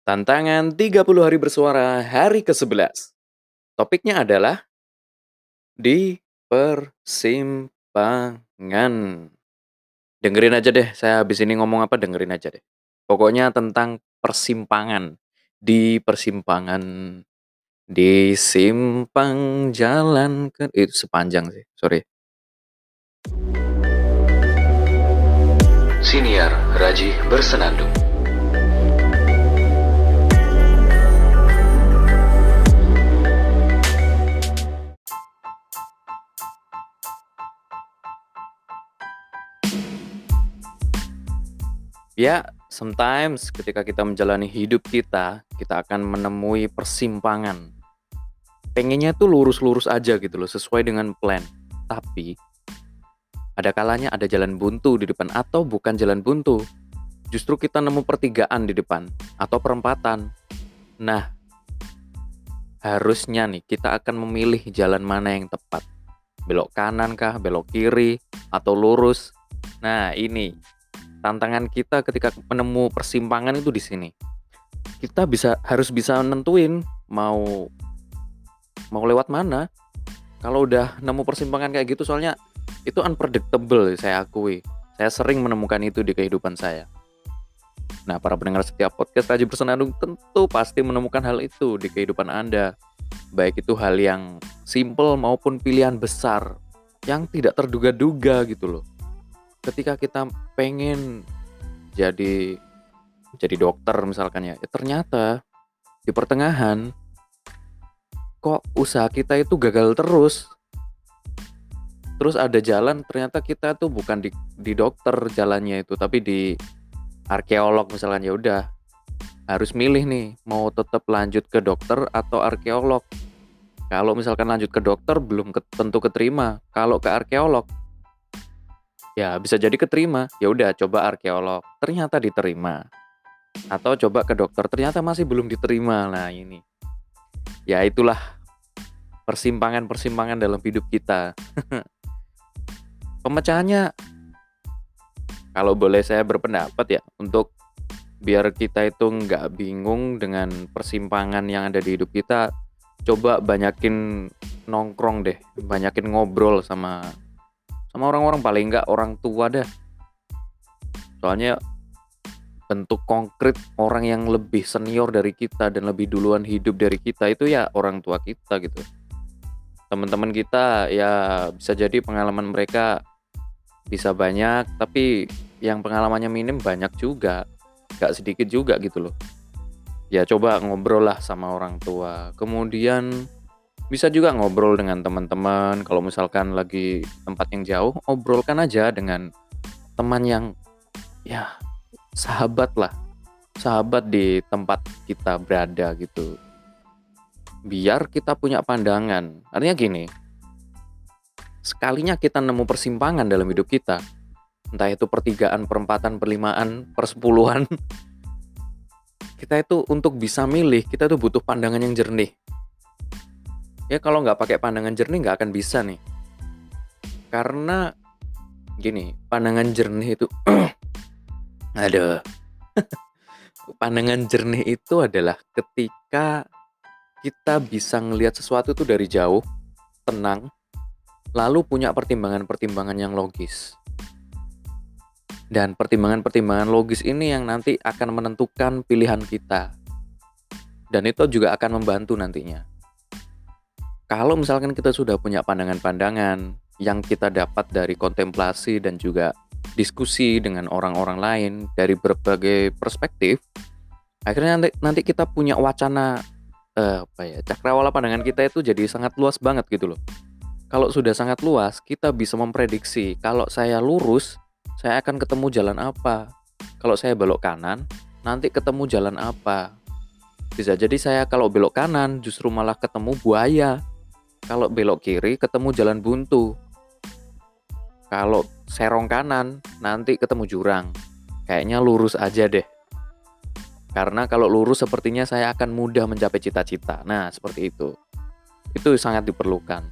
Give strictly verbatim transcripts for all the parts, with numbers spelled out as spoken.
Tantangan tiga puluh hari bersuara hari kesebelas. Topiknya adalah di persimpangan. Dengerin aja deh, saya habis ini ngomong apa dengerin aja deh. Pokoknya tentang persimpangan. Di persimpangan, di simpang jalan ke itu sepanjang sih, sorry. Siniar Raji Bersenandung. Ya, sometimes ketika kita menjalani hidup kita, kita akan menemui persimpangan. Pengennya tuh lurus-lurus aja gitu loh, sesuai dengan plan. Tapi, ada kalanya ada jalan buntu di depan atau bukan jalan buntu. Justru kita nemu pertigaan di depan atau perempatan. Nah, harusnya nih kita akan memilih jalan mana yang tepat. Belok kanan kah, belok kiri, atau lurus. Nah, ini tantangan kita ketika menemu persimpangan itu di sini. Kita bisa harus bisa nentuin mau mau lewat mana. Kalau udah nemu persimpangan kayak gitu, soalnya itu unpredictable, saya akui. Saya sering menemukan itu di kehidupan saya. Nah, para pendengar setiap podcast Raji Bersenandung tentu pasti menemukan hal itu di kehidupan Anda. Baik itu hal yang simple maupun pilihan besar yang tidak terduga-duga gitu loh. Ketika kita pengen jadi jadi dokter misalkan ya, ya ternyata di pertengahan kok usaha kita itu gagal terus. Terus ada jalan ternyata kita tuh bukan di, di dokter jalannya itu, tapi di arkeolog misalkan. Ya udah, harus milih nih mau tetap lanjut ke dokter atau arkeolog. Kalau misalkan lanjut ke dokter belum ke, tentu keterima. Kalau ke arkeolog ya bisa jadi keterima. Ya udah, coba arkeolog, ternyata diterima. Atau coba ke dokter, ternyata masih belum diterima. Nah, ini. Ya itulah persimpangan-persimpangan dalam hidup kita. Pemecahannya, kalau boleh saya berpendapat ya, untuk biar kita itu nggak bingung dengan persimpangan yang ada di hidup kita, coba banyakin nongkrong deh, banyakin ngobrol sama sama orang-orang, paling nggak orang tua dah. Soalnya bentuk konkret orang yang lebih senior dari kita dan lebih duluan hidup dari kita itu ya orang tua kita gitu. Teman-teman kita ya bisa jadi pengalaman mereka bisa banyak, tapi yang pengalamannya minim banyak juga, gak sedikit juga gitu loh. Ya coba ngobrol lah sama orang tua. Kemudian bisa juga ngobrol dengan teman-teman. Kalau misalkan lagi tempat yang jauh, obrolkan aja dengan teman yang ya sahabat lah, sahabat di tempat kita berada gitu. Biar kita punya pandangan. Artinya gini, sekalinya kita nemu persimpangan dalam hidup kita, entah itu pertigaan, perempatan, perlimaan, persepuluhan, kita itu untuk bisa milih, kita tuh butuh pandangan yang jernih. Ya kalau nggak pakai pandangan jernih nggak akan bisa nih. Karena gini, pandangan jernih itu, aduh, pandangan jernih itu adalah ketika kita bisa ngelihat sesuatu tuh dari jauh, tenang, lalu punya pertimbangan-pertimbangan yang logis. Dan pertimbangan-pertimbangan logis ini yang nanti akan menentukan pilihan kita. Dan itu juga akan membantu nantinya. Kalau misalkan kita sudah punya pandangan-pandangan yang kita dapat dari kontemplasi dan juga diskusi dengan orang-orang lain dari berbagai perspektif, akhirnya nanti, nanti kita punya wacana, eh, apa ya, cakrawala pandangan kita itu jadi sangat luas banget gitu loh. Kalau sudah sangat luas, kita bisa memprediksi kalau saya lurus, saya akan ketemu jalan apa. Kalau saya belok kanan, nanti ketemu jalan apa. Bisa jadi saya kalau belok kanan justru malah ketemu buaya. Kalau belok kiri ketemu jalan buntu. Kalau serong kanan, nanti ketemu jurang. Kayaknya lurus aja deh. Karena kalau lurus sepertinya saya akan mudah mencapai cita-cita. Nah, seperti itu. Itu sangat diperlukan.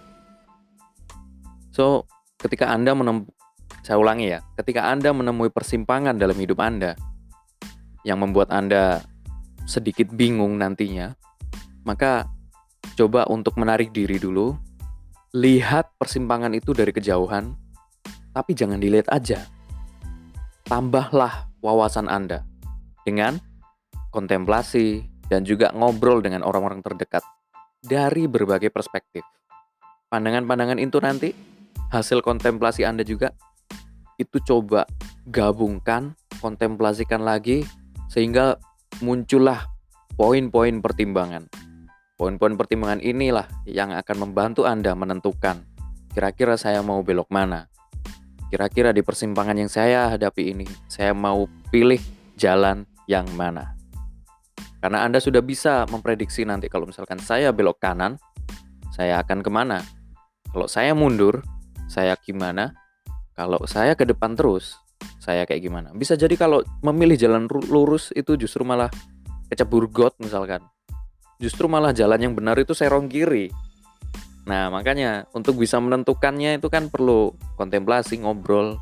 So, ketika Anda menem- saya ulangi ya, ketika Anda menemui persimpangan dalam hidup Anda yang membuat Anda sedikit bingung nantinya, maka coba untuk menarik diri dulu, lihat persimpangan itu dari kejauhan, tapi jangan dilihat aja. Tambahlah wawasan Anda dengan kontemplasi dan juga ngobrol dengan orang-orang terdekat dari berbagai perspektif. Pandangan-pandangan itu nanti hasil kontemplasi Anda juga itu coba gabungkan, kontemplasikan lagi sehingga muncullah poin-poin pertimbangan. Poin-poin pertimbangan inilah yang akan membantu Anda menentukan kira-kira saya mau belok mana. Kira-kira di persimpangan yang saya hadapi ini, saya mau pilih jalan yang mana. Karena Anda sudah bisa memprediksi nanti kalau misalkan saya belok kanan, saya akan kemana. Kalau saya mundur, saya gimana. Kalau saya ke depan terus, saya kayak gimana. Bisa jadi kalau memilih jalan lurus itu justru malah kecebur got misalkan. Justru malah jalan yang benar itu serong kiri. Nah makanya untuk bisa menentukannya itu kan perlu kontemplasi, ngobrol.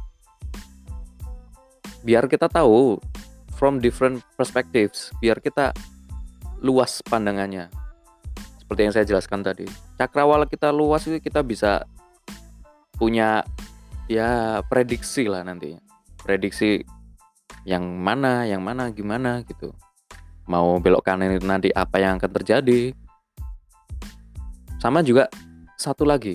Biar kita tahu from different perspectives. Biar kita luas pandangannya. Seperti yang saya jelaskan tadi. Cakrawala kita luas itu kita bisa punya ya prediksi lah nantinya. Prediksi yang mana, yang mana, gimana gitu. Mau belok kanan itu nanti apa yang akan terjadi. Sama juga satu lagi.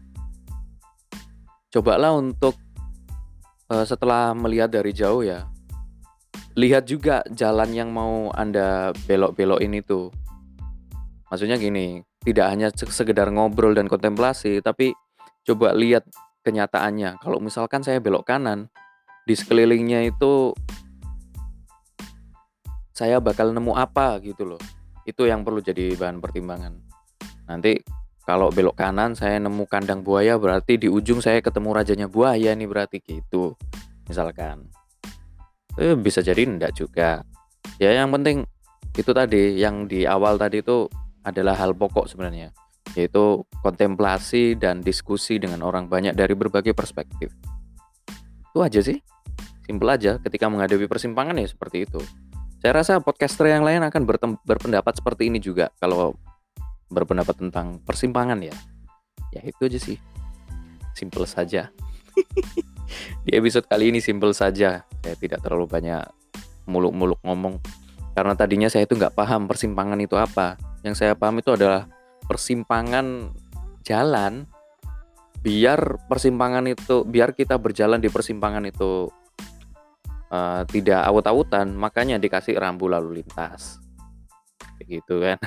Cobalah untuk uh, setelah melihat dari jauh ya, lihat juga jalan yang mau Anda belok-belokin itu. Maksudnya gini, tidak hanya sekedar ngobrol dan kontemplasi, tapi coba lihat kenyataannya. Kalau misalkan saya belok kanan, di sekelilingnya itu saya bakal nemu apa gitu loh. Itu yang perlu jadi bahan pertimbangan. Nanti kalau belok kanan saya nemu kandang buaya, berarti di ujung saya ketemu rajanya buaya nih berarti gitu. Misalkan. Eh, bisa jadi enggak juga. Ya yang penting itu tadi, yang di awal tadi itu adalah hal pokok sebenarnya, yaitu kontemplasi dan diskusi dengan orang banyak dari berbagai perspektif. Itu aja sih, simpel aja. Ketika menghadapi persimpangan ya seperti itu. Saya rasa podcaster yang lain akan bertem- berpendapat seperti ini juga kalau berpendapat tentang persimpangan ya. Ya itu aja sih, simpel saja. Di episode kali ini simpel saja. Saya tidak terlalu banyak muluk-muluk ngomong, karena tadinya saya itu nggak paham persimpangan itu apa. Yang saya paham itu adalah persimpangan jalan, biar persimpangan itu, biar kita berjalan di persimpangan itu uh, tidak awut-awutan, makanya dikasih rambu lalu lintas, kayak gitu kan.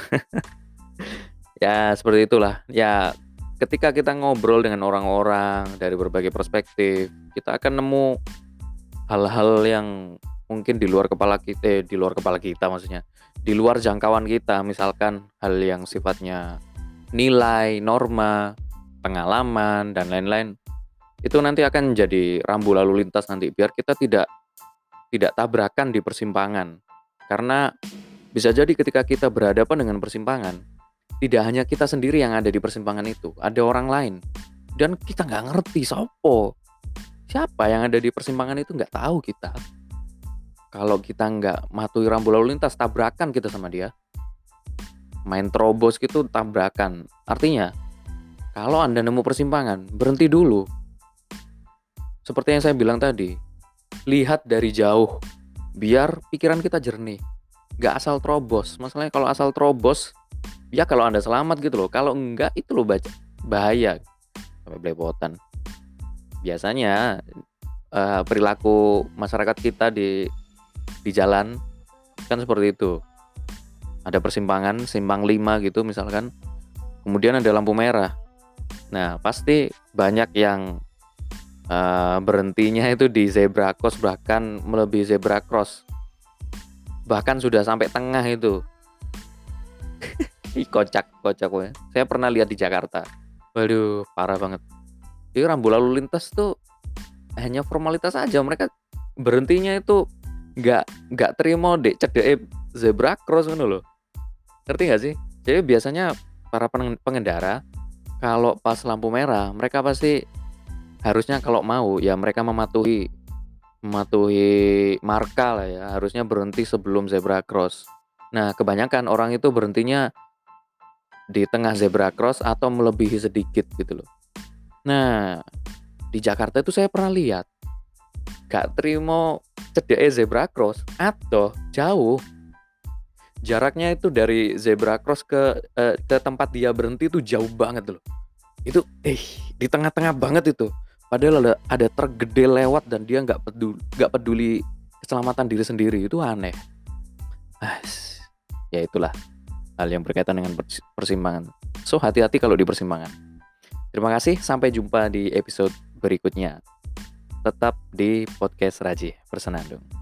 Ya seperti itulah. Ya ketika kita ngobrol dengan orang-orang dari berbagai perspektif, kita akan nemu hal-hal yang mungkin di luar kepala kita, eh, di luar kepala kita maksudnya, di luar jangkauan kita. Misalkan hal yang sifatnya nilai, norma, pengalaman, dan lain-lain. Itu nanti akan jadi rambu lalu lintas nanti, biar kita tidak tidak tabrakan di persimpangan. Karena bisa jadi ketika kita berhadapan dengan persimpangan, tidak hanya kita sendiri yang ada di persimpangan itu, ada orang lain. Dan kita nggak ngerti sopo. Siapa yang ada di persimpangan itu nggak tahu kita. Kalau kita nggak matuhi rambu lalu lintas, tabrakan kita sama dia. Main terobos gitu, tabrakan. Artinya, kalau Anda nemu persimpangan, berhenti dulu. Seperti yang saya bilang tadi, lihat dari jauh, biar pikiran kita jernih. Nggak asal terobos. Masalahnya kalau asal terobos, ya kalau Anda selamat gitu loh. Kalau enggak, itu loh bahaya. Sampai belepotan. Biasanya, uh, perilaku masyarakat kita di di jalan kan seperti itu. Ada persimpangan, simpang lima gitu misalkan, kemudian ada lampu merah. Nah pasti banyak yang uh, berhentinya itu di zebra cross, bahkan melebihi zebra cross, bahkan sudah sampai tengah itu. Ih, kocak kocak gue. Saya pernah lihat di Jakarta. Waduh, parah banget. Jadi rambu lalu lintas tuh hanya formalitas aja. Mereka berhentinya itu nggak nggak terima dek cedek zebra cross gitu loh. Ngerti nggak sih? Jadi biasanya para pengendara kalau pas lampu merah, mereka pasti harusnya kalau mau ya mereka mematuhi mematuhi marka lah ya. Harusnya berhenti sebelum zebra cross. Nah, kebanyakan orang itu berhentinya di tengah zebra cross atau melebihi sedikit gitu loh. Nah, di Jakarta itu saya pernah lihat gak terima cedeke zebra cross atau jauh. Jaraknya itu dari zebra cross ke eh, ke tempat dia berhenti itu jauh banget loh. Itu eh di tengah-tengah banget itu. Padahal ada ada truk gede lewat dan dia nggak peduli nggak peduli keselamatan diri sendiri. Itu aneh. Ah, ya itulah hal yang berkaitan dengan pers- persimpangan. So, hati-hati kalau di persimpangan. Terima kasih, sampai jumpa di episode berikutnya. Tetap di podcast Raji Bersenandung.